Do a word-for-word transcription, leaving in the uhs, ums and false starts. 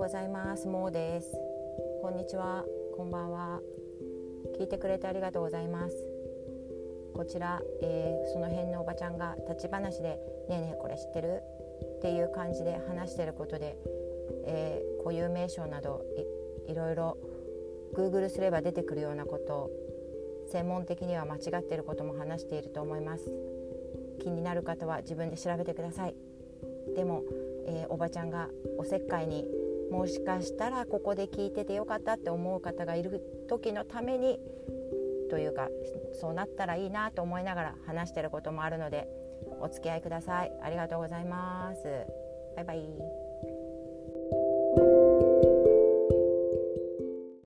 ございます。もうです。こんにちは、こんばんは。聞いてくれてありがとうございます。こちら、えー、その辺のおばちゃんが立ち話でねえねえこれ知ってるっていう感じで話してることで、えー、固有名称など い, いろいろ Google すれば出てくるようなこと、専門的には間違っていることも話していると思います。気になる方は自分で調べてください。でも、えー、おばちゃんがおせっかいにもしかしたらここで聞いててよかったって思う方がいる時のためにというか、そうなったらいいなと思いながら話していることもあるのでお付き合いください。ありがとうございます。バイバイ。